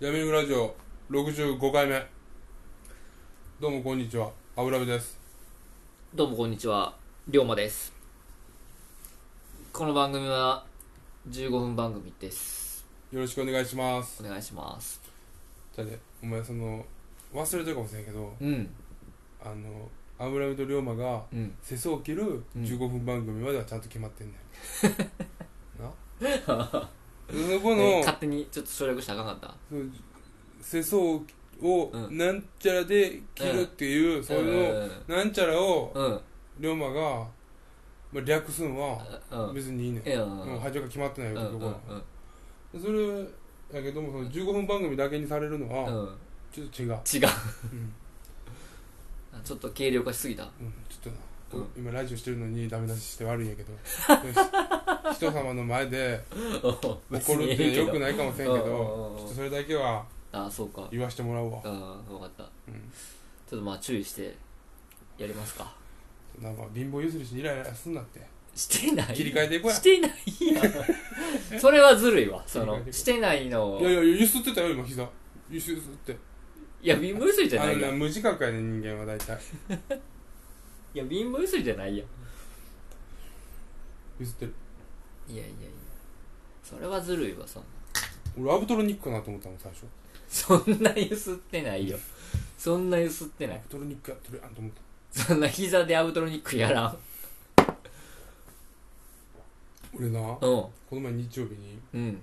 ヤミングラジオ65回目。どうもこんにちは、油部です。 どうもこんにちは、りょうまです。この番組は15分番組です。 よろしくお願いします。 お願いします。 じゃあね、お前忘れてるかもしれんけど、 うん。 油部と龍馬が世相を切るうん 15分番組まではちゃんと決まってんねん、なそこの勝手にちょっと省略したらあかんかっ世相をなんちゃらで切るっていう、そのなんちゃらを龍馬が、略すんは別にいいねん。もう初めから決まってないよところ。それやけども、その15分番組だけにされるのはちょっと違う。 ちょっと軽量化しすぎた。 ちょっとな、今ラジオしてるのにダメ出しして悪いんやけど人様の前で怒るってよくないかもしれんけど、ちょっとそれだけはそうか言わしてもらうわ。 分かった。ちょっと注意してやりますか。 なんか貧乏ゆすりしてイライラすんなって。 してない。 切り替えていこうや。 してないやんそれはずるいわ。してないの。 いやゆすってたよ今膝。ゆすって。 いや貧乏ゆすりじゃないやん。 無自覚やね人間は大体いや貧乏ゆすりじゃないやん。 ゆすってる。 いやそれはずるいわ。 俺アブトロニックかなと思ったもん最初。 そんなゆすってないよ。そんなゆすってない。 アブトロニックやってるやんと思った。 そんな膝でアブトロニックやらん。 俺な、この前日曜日に、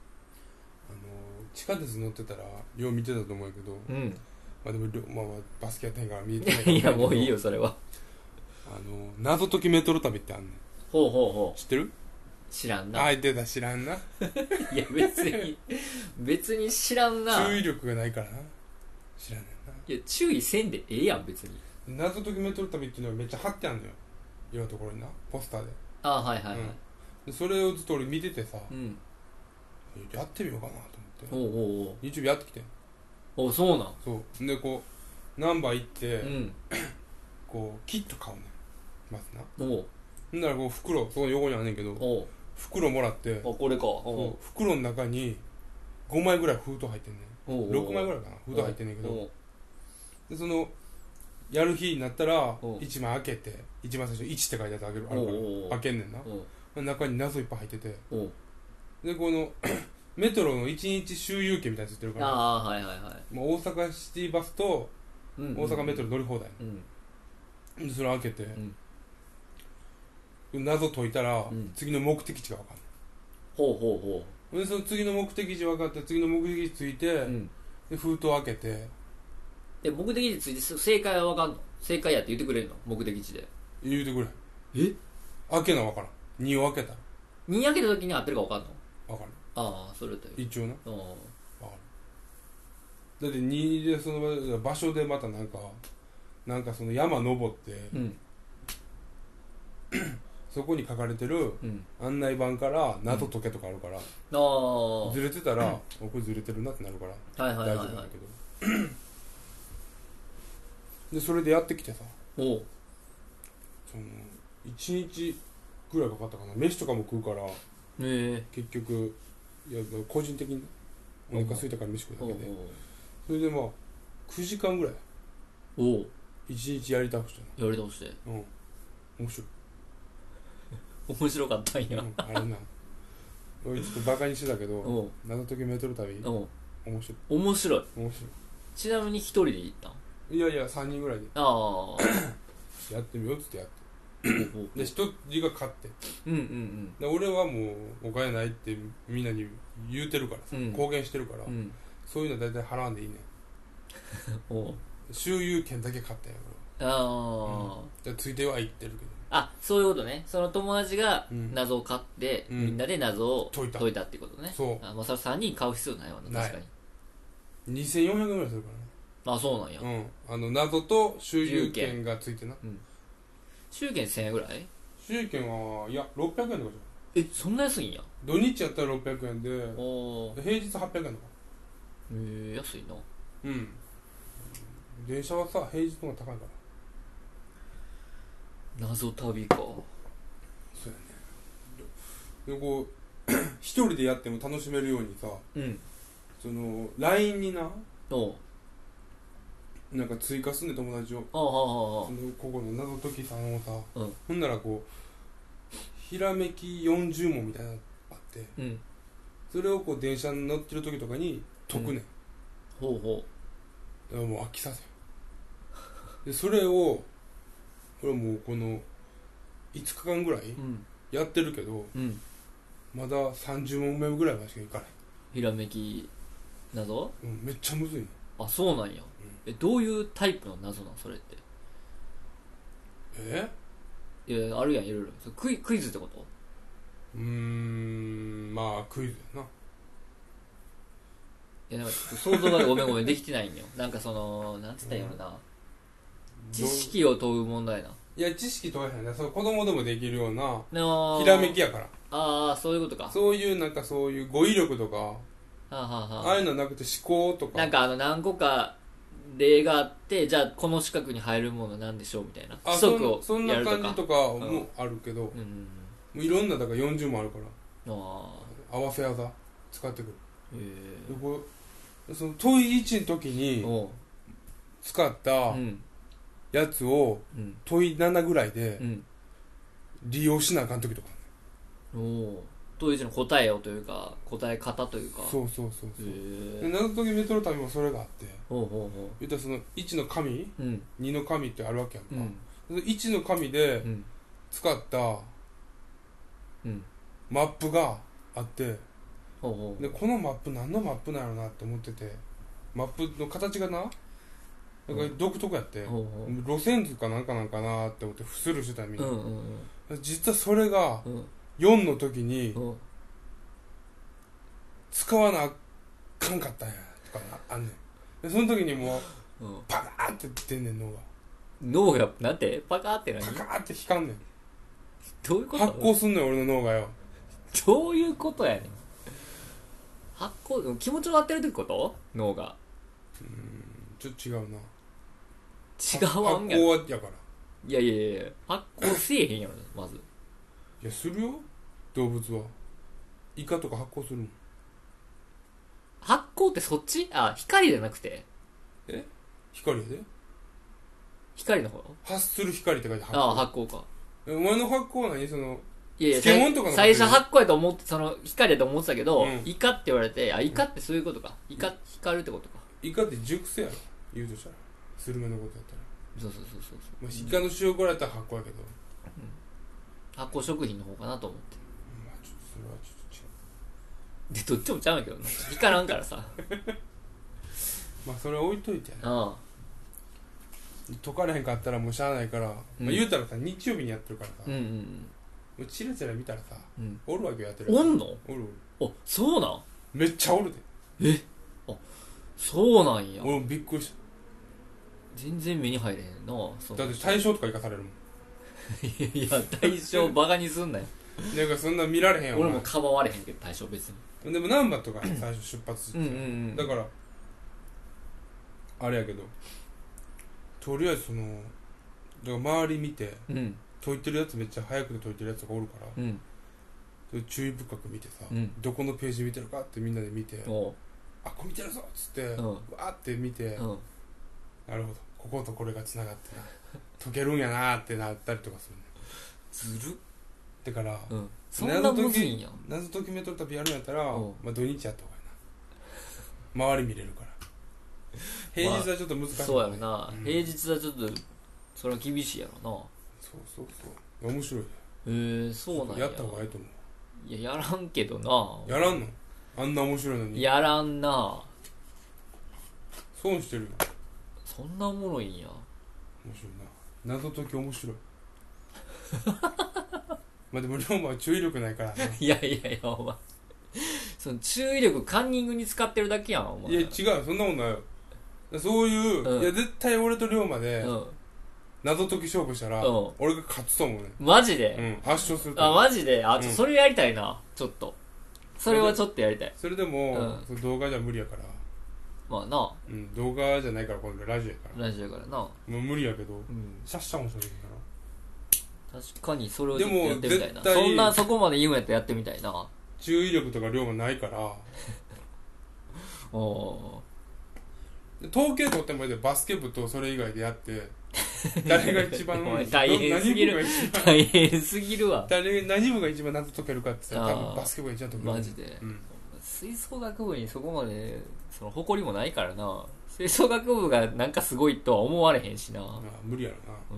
地下鉄乗ってたらよう見てたと思うけど、でもバスケやってへんから見えてないからいやもういいよそれは。 謎解きメトロ旅ってあんねん。 ほう知ってる？ 知らんな。 出た知らんな。いや別に知らんな。 注意力がないからな。知らんねんな。 いや注意せんでええやん別に。 謎解きメトロ旅っていうのがめっちゃ貼ってあんのよ、いろんなところにな、ポスターで。 はい、 でそれをずっと俺見ててさ、やってみようかなと思って。日曜日やってきて。 そうなん。 そうでナンバー行って、キット買うねんまずな。ほんなら袋、そこの横にあんねんけど、袋もらって、 これか。 袋の中に5枚ぐらい封筒入ってんねん。6枚ぐらいかな封筒入ってんねんけど、でそのやる日になったら1枚開けて、一番最初1って書いてあるやつあるから開けんねんな。中に謎いっぱい入ってて、でこのメトロの1日周遊券みたいについてるから、大阪シティバスと大阪メトロ乗り放題、でそれ開けて、謎解いたら、次の目的地が分かる。でその次の目的地分かって、次の目的地ついて、で封筒開けて、 で目的地ついて正解は分かんの？正解やって言ってくれんの？目的地で言うてくれ。開けな分からん。2を開けたら 2開けた時に合ってるか分かんの？ 分かる。 それだよ一応な。分かる。だって2でその場所でまたなんかその山登って、そこに書かれてる案内板から謎解けとかあるから、ずれてたら、これずれてるなってなるから大丈夫なんだけど、でそれでやってきてさ、その1日ぐらいかかったかな。飯とかも食うから、結局個人的にお腹空いたから飯食うだけで、それで9時間ぐらい1日やり倒して。 面白い。 面白かったんや。 あれな、俺ちょっとバカにしてたけど、謎解きメトロ旅面白い。 ちなみに一人で行ったん？ いや3人ぐらいでやってみようっつってやってで一人が勝って、で俺はもうお金ないってみんなに言うてるからさ、公言してるから、そういうの大体払わんでいいねん。周遊券だけ買ったよ俺は。ついては行ってるけど。 そういうことね。その友達が謎を買って、みんなで謎を解いたっていうことね。それ3人買う必要ないわな。確かに2400円ぐらいするからね。 そうなんや。 謎と周遊券がついてな。 周遊券1000円ぐらい？ 周遊券はいや600円とかじゃん。そんな安いんや。 土日やったら600円で、平日800円とか。 安いな。 電車はさ平日の方が高いから。 謎旅か。 そうやね。で一人でやっても楽しめるようにさ、 その LINE になおなんか追加すんね友達をここの謎解きさんをさ、 うん、 ほんならこうひらめき40問みたいなのあって、 うん、 それをこう電車に乗ってる時とかに解くねん、 ほうほだからもう飽きさせんでそれを俺もうこの5日間ぐらいやってるけど、 うん、 まだ30問目ぐらいまでしかいかない。 ひらめき謎、 めっちゃむずいね。 あ、そうなんや、どういうタイプの謎なんそれって。いやあるやんいろいろ。クイズってこと。 まあクイズやな。 いやなんか想像がごめんできてないんよ。なんかそのなんつったらいいのな、知識を問う問題な。 いや知識問えへんね。その子供でもできるようなひららめきやから。 ああそういうことか。 そういうなんかそういう語彙力とかああいうのなくて思考とかなんか何個か例があって、じゃあこの四角に入るものなんでしょうみたいな規則をそんな感じとかもあるけど、もういろんなだから40もあるから合わせ技使ってくる。その問い1の時に使ったやつを問い7ぐらいで利用しなあかん時とかあるね。 問い1の答えをというか答え方というか。 そう謎解きメトロ旅もそれがあって、言ったらその1の紙、2の紙ってあるわけやんか、1の紙で使ったマップがあって、でこのマップ何のマップなのなって思ってて、マップの形がななんか独特やって、路線図かなんかなんかなって思ってスルーしてたらみんな、実はそれが4の時に使わなあかんかったんやとかあんねん。でその時にもうパカーって出んねん。 脳がなんてパカーって何？ パカーって光んねん。 どういうこと？ 発光すんのよ俺の脳がよ。 どういうことやねん。発光気持ちを割ってるってこと？脳がちょっと違うな。 違うわんや発光やから。 いや発光せえへんやろまず。 いやするよ動物は。イカとか発光するもん。 発光ってそっち？あ、光じゃなくて。 光やで。 光の方？ 発する光って書いて発光。ああ発光か。 お前の発光は何？そのいや漬物とかの最初発光やと思って、その光やと思ってたけど、イカって言われて、あ、イカってそういうことか。イカ光るってことか。 イカって熟成やろ言うとしたら、スルメのことやったら。 そう、 まあ、イカの塩辛やったら発光やけど、 発酵食品の方かなと思って。 まあちょっとそれはちょっと違う。 でどっちもちゃうんやけどな。光らんからさまあそれは置いといて解かれへんかったらもうしゃあないから、まあ、言うたらさ日曜日にやってるからさ、もうチラチラ見たらさ、おるわけよやってる。 おんの？ おる。 あ、そうなん？ めっちゃおるで。 あ、そうなんや。 俺もびっくりした。 全然目に入れへんな。 だって対象とか生かされるもんいや対象バカにすんなよなんかそんな見られへんよ。 俺も構われへんけど対象別に。 でも難波とか最初出発してだからあれやけど、とりあえずそのだから周り見て、解いてるやつめっちゃ早くて解いてるやつがおるから、それ注意深く見てさ、どこのページ見てるかってみんなで見て、あ、これ見てるぞっつって、わーって見て、なるほどこことこれがつながってな解けるんやなーってなったりとかするね。 ずるっ。 だから、 そんなむずいんや。 謎解きメトロ旅やるんやったら、まあ、土日やった方がいいな。周り見れるから平日はちょっと難しい、 そうやろな、平日はちょっとそれは厳しいやろな。 そう面白いね。 そうなんや。 やった方がいいと思う。いややらんけどな。 やらんの？あんな面白いのにやらんな。 損してるよ。 そんなおもろいんや。 面白いな。謎解き面白いまあでも龍馬は注意力ないからな。 いやお前その注意力カンニングに使ってるだけやんお前。 いや違うそんなもんないよ。そういう、いや絶対俺と龍馬で、謎解き勝負したら、俺が勝つと思うね。 マジで？ 圧勝すると思う。 あマジで？あ、それやりたいな。ちょっとそれはちょっとやりたい。 それでも、その動画じゃ無理やから。 まあな。 動画じゃないから今度ラジオやから。 ラジオやからな。 もう無理やけど、シャッシャもそうできるから。 確かにそれをちょっとやってみたいな。そこまで言うんやったらやってみたいな。 注意力とか量がないからお統計取ってもいいでバスケ部とそれ以外でやって誰が一番お前大変すぎる大変すぎるわ。 何部が一番謎解けるかって言ったら多分バスケ部が一番解ける。 マジで、 うん、 吹奏楽部にそこまでその誇りもないからな。吹奏楽部がなんかすごいとは思われへんしな。 無理やろ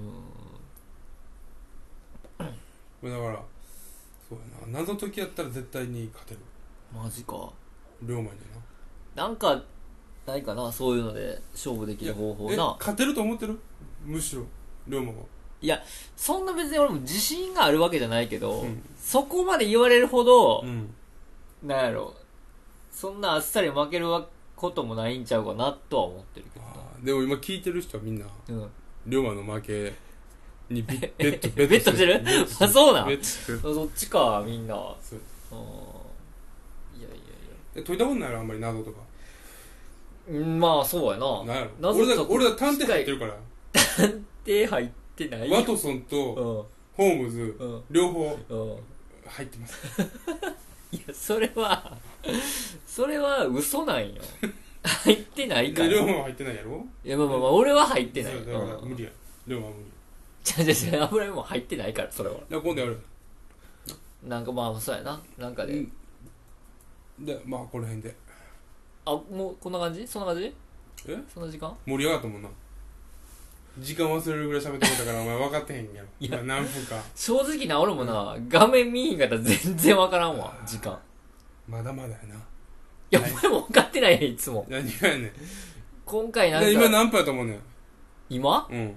な。だからそうやな、謎解きやったら絶対に勝てる。 マジか。 龍馬になんかないかな、そういうので勝負できる方法な。 勝てると思ってる？むしろ龍馬が。 いや、そんな別に俺も自信があるわけじゃないけど、 うん、 そこまで言われるほど、 うん、 なんやろ、そんなあっさり負けることもないんちゃうかなとは思ってるけどな。 でも今聞いてる人はみんな、龍馬の負けにベッドしてる？あ、そうなん？ そっちか、みんな。 そう。 いやいやいや。 解いたことないのあんまり謎とか。 まあそうやな。 なんやろ。俺ら探偵入ってるから。 探偵入ってないよ。 ワトソンとホームズ、両方入ってます。 いや、それは嘘なんよ。入ってないから。 龍馬は入ってないやろ。 いや、まあ俺は入ってない。 だから無理や。龍馬は無理。 油も入ってないから、それは。 今度やる。 なんかまあそうやな、なんかで。 で、まあこの辺で。 もうこんな感じ？そんな感じ？そんな時間？ 盛り上がったもんな。時間忘れるぐらい喋ってたからお前分かってへんやろ。いや何分か。 正直な、俺もな、画面見ひんかったら全然分からんわ、時間。 まだまだやな。 いや、お前も分かってないやん、いつも。 何がやねん。 今回なんか。 今何分やと思うねん。 今？ うん。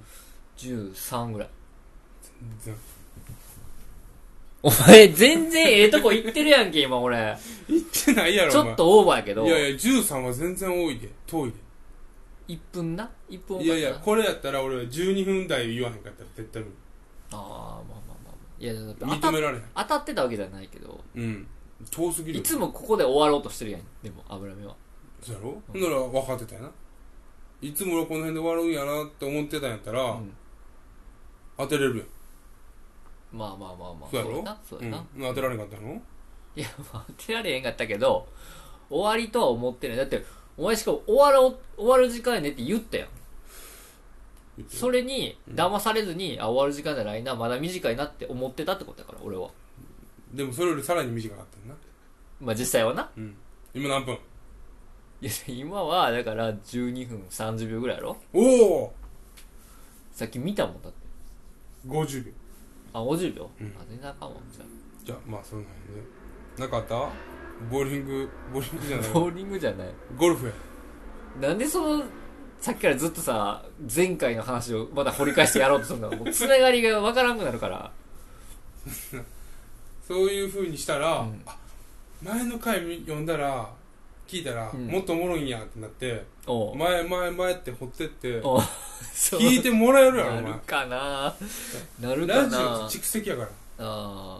13ぐらい。 全然。 お前全然ええとこ行ってるやんけ、今俺。 行ってないやろ。 ちょっとオーバーやけど。 いやいや、13は全然多いで。遠いで。 1分な、1分。 いやいや、これやったら俺は12分台言わへんかったら絶対無理。 まあいや、だって認められへん。 当たってたわけじゃないけど。 遠すぎる。 いつもここで終わろうとしてるやん、でも油目は。 そうやろ。ほんなら分かってたやな。いつも俺この辺で終わるんやなって思ってたんやったら、当てれるやん。 まあそうやろ。 そうやな。 当てられんかったの？ いや、当てられへんかったけど、終わりとは思ってない。だってお前しかも終わる時間やねって言ったやん。それに騙されずに、終わる時間じゃないな、まだ短いなって思ってたってことだから俺は。 でもそれよりさらに短かったんな。 まあ実際はな。 今何分？ いや、今はだから12分30秒ぐらいやろ。 おお。 さっき見たもんだって。 50秒。 50秒？全然あかんわ。 じゃあまあそんなんで。なかった？ボーリングじゃない。 ボーリングじゃない。 ゴルフや。 なんでさっきからずっとさ、前回の話をまだ掘り返してやろうとするんだ。もうつながりがわからんくなるから。 そういう風にしたら、前の回読んだら聞いたら、もっとおもろいんやってなって、前って掘ってって聞いてもらえるやろ。 なるかな。 ラジオって蓄積やから。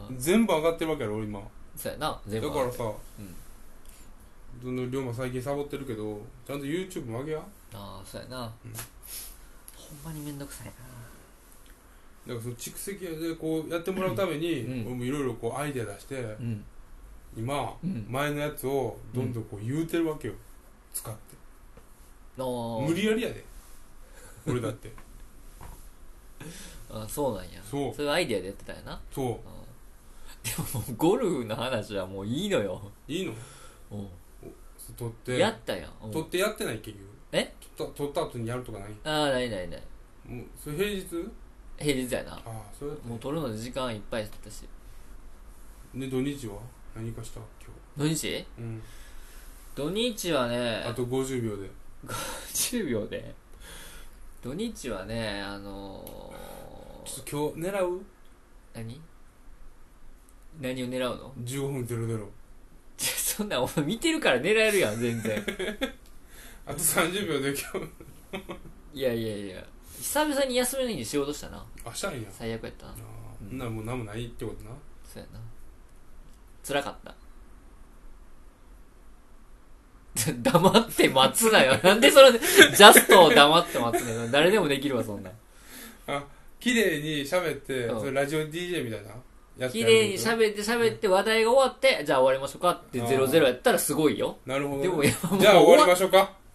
全部上がってるわけやろ今。 そうやな。 だからさ、どの龍馬最近サボってるけど、ちゃんと YouTube も上げや。 そうやな。ほんまにめんどくさいな。 だからその蓄積でこうやってもらうために、俺もいろいろこうアイデア出して、今、前のやつをどんどんこう言うてるわけよ。使って。無理やりやで。俺だって。 そうなんや。そういうアイデアでやってたんやな。 そう。 でももうゴルフの話はもういいのよ。 いいの？取ってやったやん。 取ってやってない結局。取った後にやるとかない？ ない。 もうそれ平日やな。 そうやって。 もう取るので時間いっぱいだったし。 で土日は何かした今日？土日？土日はね、 あと50秒で 50秒で土日はね、 ちょっと今日狙う？ 何を狙うの ？15分00。 そんなお前見てるから狙えるやん全然。 あと30秒で今日。いや久々に休みの日に仕事したな。 したんや。 最悪やったな。 もう何もないってことな。 そうやな。辛かった。黙って待つなよ。なんでそれジャストを黙って待つのよ。誰でもできるわそんな。 綺麗に喋って、それラジオ DJ みたいな綺麗に喋って話題が終わって、じゃあ終わりましょうかって00やったらすごいよ。 なるほど、ね。 でもじゃあ終わりましょうか。